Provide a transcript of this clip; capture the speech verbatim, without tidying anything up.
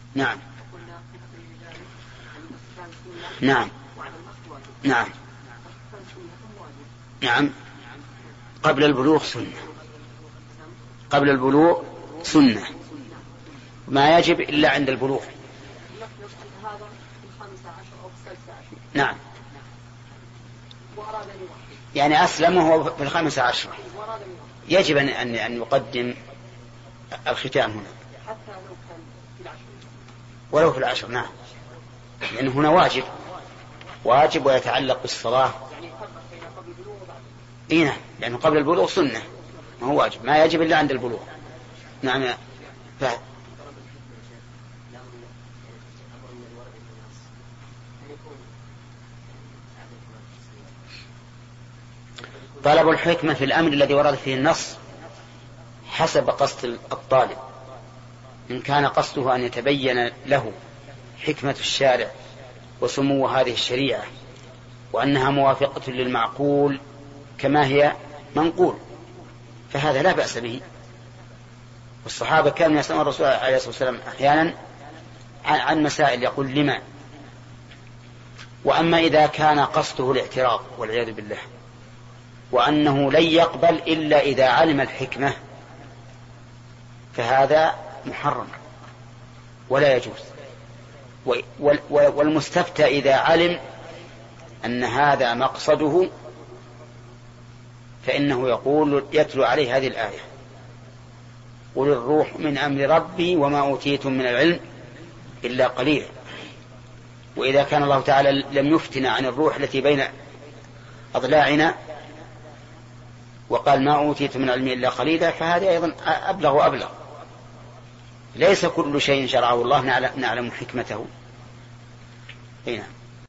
نعم نعم نعم نعم قبل البلوغ سنة، قبل البلوغ سنة، ما يجب إلا عند البلوغ. نعم يعني أسلم وهو في الخامسة عشرة يجب أن أن يقدم الختام هنا ولو في العشر. نعم لأنه هنا واجب واجب ويتعلق بالصلاة. إيه نعم لأنه قبل البلوغ سنة ما هو واجب، ما يجب إلا عند البلوغ. نعم فهد. طلب الحكمة في الأمر الذي ورد فيه النص حسب قصد الطالب. إن كان قصده أن يتبين له حكمة الشارع وسمو هذه الشريعة وأنها موافقة للمعقول كما هي منقول فهذا لا بأس به. والصحابة كانوا يسألون الرسول عليه الصلاة والسلام أحيانا عن مسائل يقول لما. وأما إذا كان قصده الاعتراض والعياذ بالله وأنه لن يقبل إلا إذا علم الحكمة فهذا محرم ولا يجوز. والمستفتى إذا علم أن هذا مقصده فإنه يقول يتلو عليه هذه الآية قل الروح من أمر ربي وما أوتيتم من العلم إلا قليلا. وإذا كان الله تعالى لم يفتنا عن الروح التي بين أضلاعنا وقال ما أوتيتم من العلم إلا قليلا فهذا أيضا أبلغ وأبلغ. ليس كل شيء شرعه الله نعلم حكمته. هنا